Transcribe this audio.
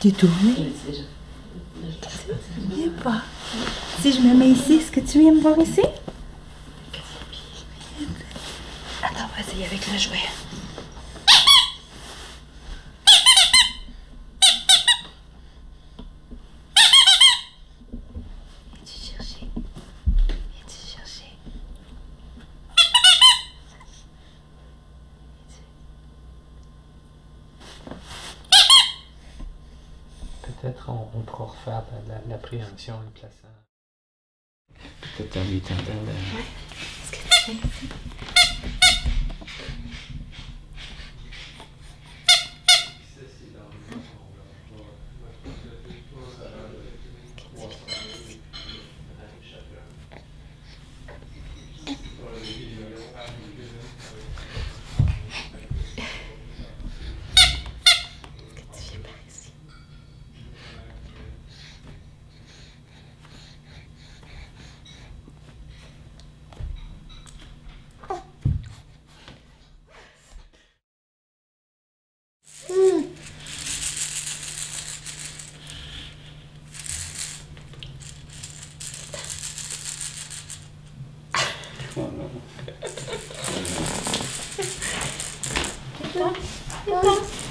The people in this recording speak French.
T'es tourné? Viens pas. Si je me mets ici, est-ce que tu viens me voir ici? Attends, vas-y avec le jouet. Viens-tu chercher? Viens-tu chercher? Peut-être on pourra refaire la préhension en plaçant. Peut-être en lui tentant de... Ouais. Est-ce que tu viens ici? Oh non. Viens, viens.